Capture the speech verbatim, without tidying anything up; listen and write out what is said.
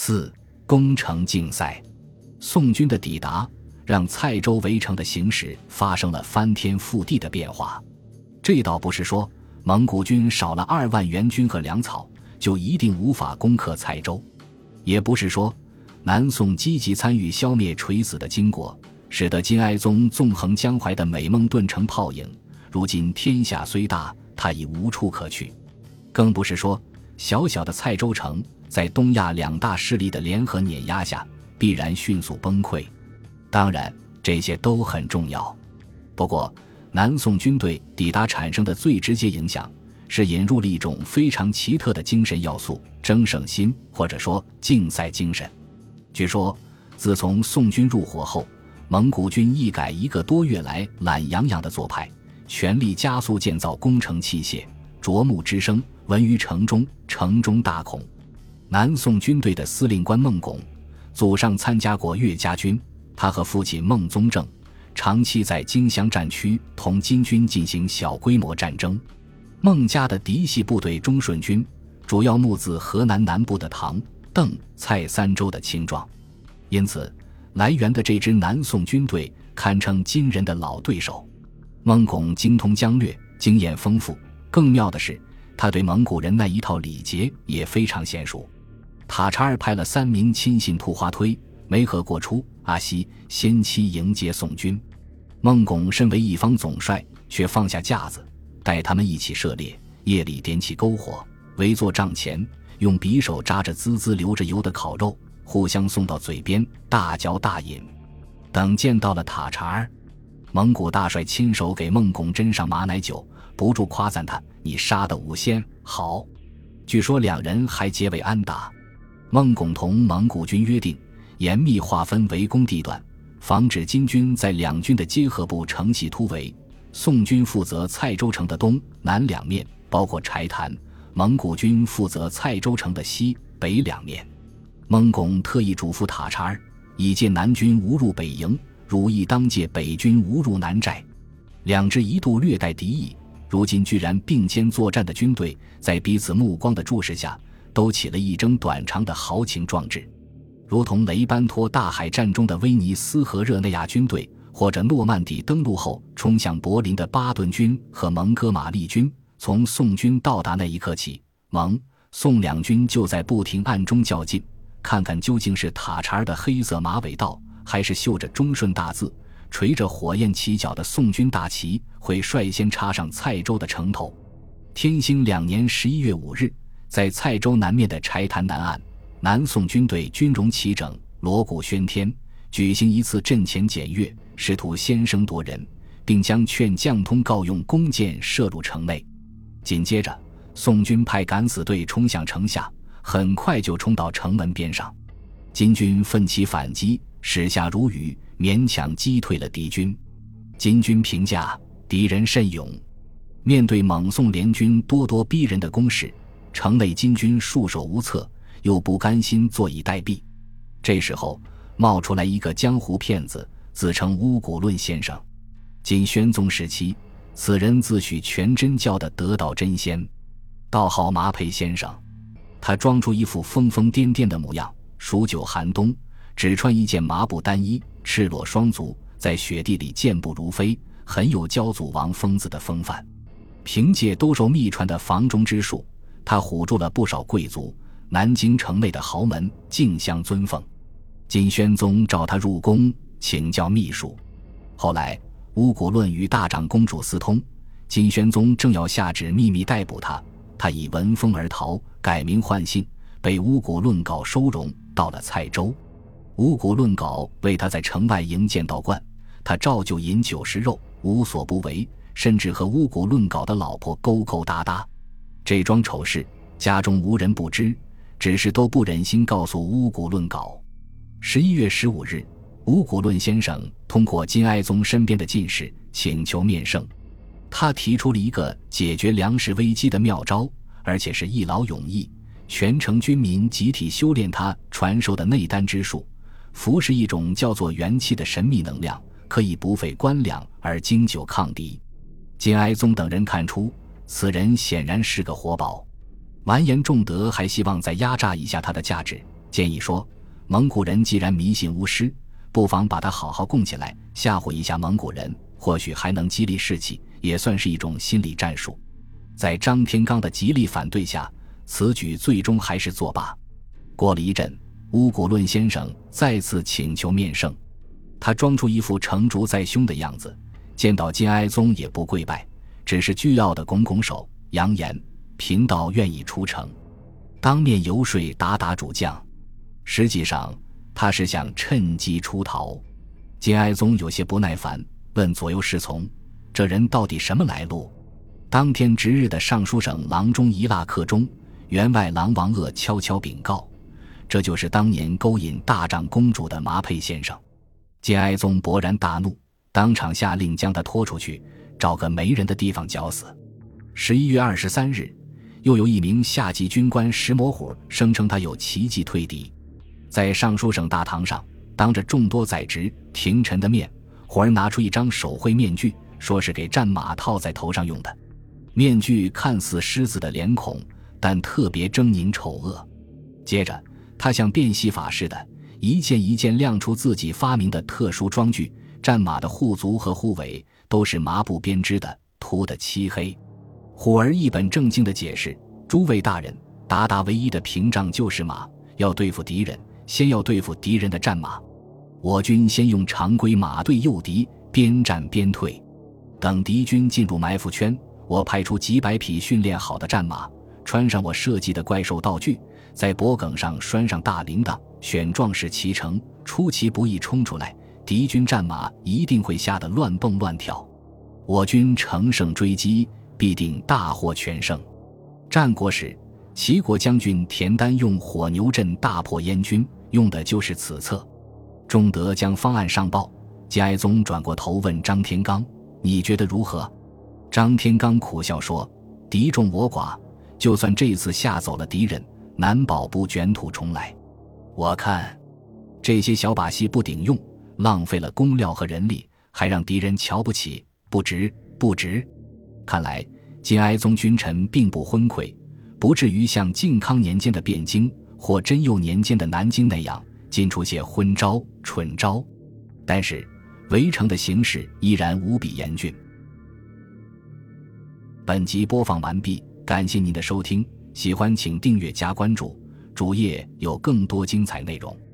四、攻城竞赛。宋军的抵达让蔡州围城的形势发生了翻天覆地的变化。这倒不是说蒙古军少了二万援军和粮草就一定无法攻克蔡州，也不是说南宋积极参与消灭垂死的金国，使得金哀宗纵横江淮的美梦顿成泡影，如今天下虽大，他已无处可去。更不是说小小的蔡州城在东亚两大势力的联合碾压下必然迅速崩溃。当然这些都很重要，不过南宋军队抵达产生的最直接影响是引入了一种非常奇特的精神要素——争胜心，或者说竞赛精神。据说自从宋军入伙后，蒙古军一改一个多月来懒洋洋的做派，全力加速建造工程器械，啄木之声闻于城中，城中大恐。南宋军队的司令官孟拱，祖上参加过岳家军，他和父亲孟宗正长期在荆襄战区同金军进行小规模战争。孟家的嫡系部队忠顺军主要募自河南南部的唐、邓、蔡三州的青壮，因此来源的这支南宋军队堪称金人的老对手。孟拱精通疆略，经验丰富，更妙的是他对蒙古人那一套礼节也非常娴熟。塔察尔派了三名亲信吐花推、梅河过出、阿西先期迎接宋军。孟拱身为一方总帅，却放下架子，带他们一起射猎，夜里点起篝火，围坐帐前，用匕首扎着滋滋流着油的烤肉，互相送到嘴边，大嚼大饮。等见到了塔察尔，蒙古大帅亲手给孟拱斟上马奶酒，不住夸赞他：“你杀的五仙好。”据说两人还结为安达。孟拱同蒙古军约定，严密划分围攻地段，防止金军在两军的结合部乘隙突围。宋军负责蔡州城的东南两面，包括柴潭；蒙古军负责蔡州城的西北两面。孟拱特意嘱咐塔察尔，以戒南军无入北营，汝亦当戒北军无入南寨。两支一度略带敌意，如今居然并肩作战的军队，在彼此目光的注视下，都起了一争短长的豪情壮志。如同雷班托大海战中的威尼斯和热内亚军队，或者诺曼底登陆后冲向柏林的巴顿军和蒙哥马利军。从宋军到达那一刻起，蒙、宋两军就在不停暗中较劲，看看究竟是塔察尔的黑色马尾道，还是绣着忠顺大字、垂着火焰旗角的宋军大旗会率先插上蔡州的城头。天兴两年十一月五日，在蔡州南面的柴潭南岸，南宋军队军容齐整，锣鼓喧天，举行一次阵前检阅，试图先声夺人，并将劝将通告用弓箭射入城内。紧接着，宋军派敢死队冲向城下，很快就冲到城门边上。金军奋起反击，矢下如雨，勉强击退了敌军。金军评价：敌人甚勇。面对蒙宋联军咄咄逼人的攻势，城内金军束手无策，又不甘心坐以待毙。这时候冒出来一个江湖骗子，自称乌骨论先生。金宣宗时期，此人自诩全真教的得道真仙，道号麻佩先生。他装出一副疯疯癫癫的模样，数九寒冬，只穿一件麻布单衣，赤裸双足，在雪地里健步如飞，很有骄祖王疯子的风范。凭借兜售秘传的房中之术，他唬住了不少贵族，南京城内的豪门竞相尊奉。金宣宗召他入宫请教秘术。后来乌骨论与大长公主私通，金宣宗正要下旨秘密逮捕他，他已闻风而逃，改名换姓，被乌骨论稿收容，到了蔡州。乌骨论稿为他在城外营建道观，他照旧饮酒食肉，无所不为，甚至和乌骨论稿的老婆勾勾搭搭。这桩丑事家中无人不知，只是都不忍心告诉乌骨论稿。十一月十五日，乌骨论先生通过金哀宗身边的进士请求面圣。他提出了一个解决粮食危机的妙招，而且是一劳永逸，全城军民集体修炼他传授的内丹之术，服食一种叫做元气的神秘能量，可以不费官粮而经久抗敌。金哀宗等人看出此人显然是个活宝，完颜仲德还希望再压榨一下他的价值， 建议说，蒙古人既然迷信巫师，不妨把它好好供起来，吓唬一下蒙古人，或许还能激励士气，也算是一种心理战术。在张天罡的极力反对下，此举最终还是作罢。过了一阵，乌古论先生再次请求面圣，他装出一副成竹在胸的样子，见到金哀宗也不跪拜，只是倨傲地拱拱手，扬言贫道愿意出城，当面游说鞑靼主将。实际上他是想趁机出逃。金哀宗有些不耐烦，问左右侍从，这人到底什么来路？当天值日的尚书省郎中一腊克中，员外郎王鄂悄悄禀告，这就是当年勾引大长公主的麻佩先生。金哀宗勃然大怒，当场下令将他拖出去，找个没人的地方绞死。十一月二十三日，又有一名下级军官石模虎声称他有奇迹退敌，在尚书省大堂上，当着众多宰执廷臣的面，虎儿拿出一张手绘面具，说是给战马套在头上用的。面具看似狮子的脸孔，但特别狰狞丑恶。接着他像变戏法似的，一件一件亮出自己发明的特殊装具，战马的护足和护尾都是麻布编织的，涂得漆黑。虎儿一本正经地解释，诸位大人，鞑靼唯一的屏障就是马，要对付敌人，先要对付敌人的战马。我军先用常规马队诱敌，边战边退，等敌军进入埋伏圈，我派出几百匹训练好的战马，穿上我设计的怪兽道具，在脖颈上拴上大铃铛，选壮士骑乘，出其不意冲出来，敌军战马一定会吓得乱蹦乱跳。我军乘胜追击，必定大获全胜。战国时，齐国将军田丹用火牛阵大破燕军，用的就是此策。仲德将方案上报，金哀宗转过头问张天罡，你觉得如何？张天罡苦笑说，敌众我寡，就算这次吓走了敌人，难保不卷土重来。我看这些小把戏不顶用，浪费了工料和人力，还让敌人瞧不起，不值不值。看来金哀宗君臣并不昏聩，不至于像靖康年间的汴京或贞佑年间的南京那样尽出些昏招蠢招，但是围城的形势依然无比严峻。本集播放完毕，感谢您的收听，喜欢请订阅加关注，主页有更多精彩内容。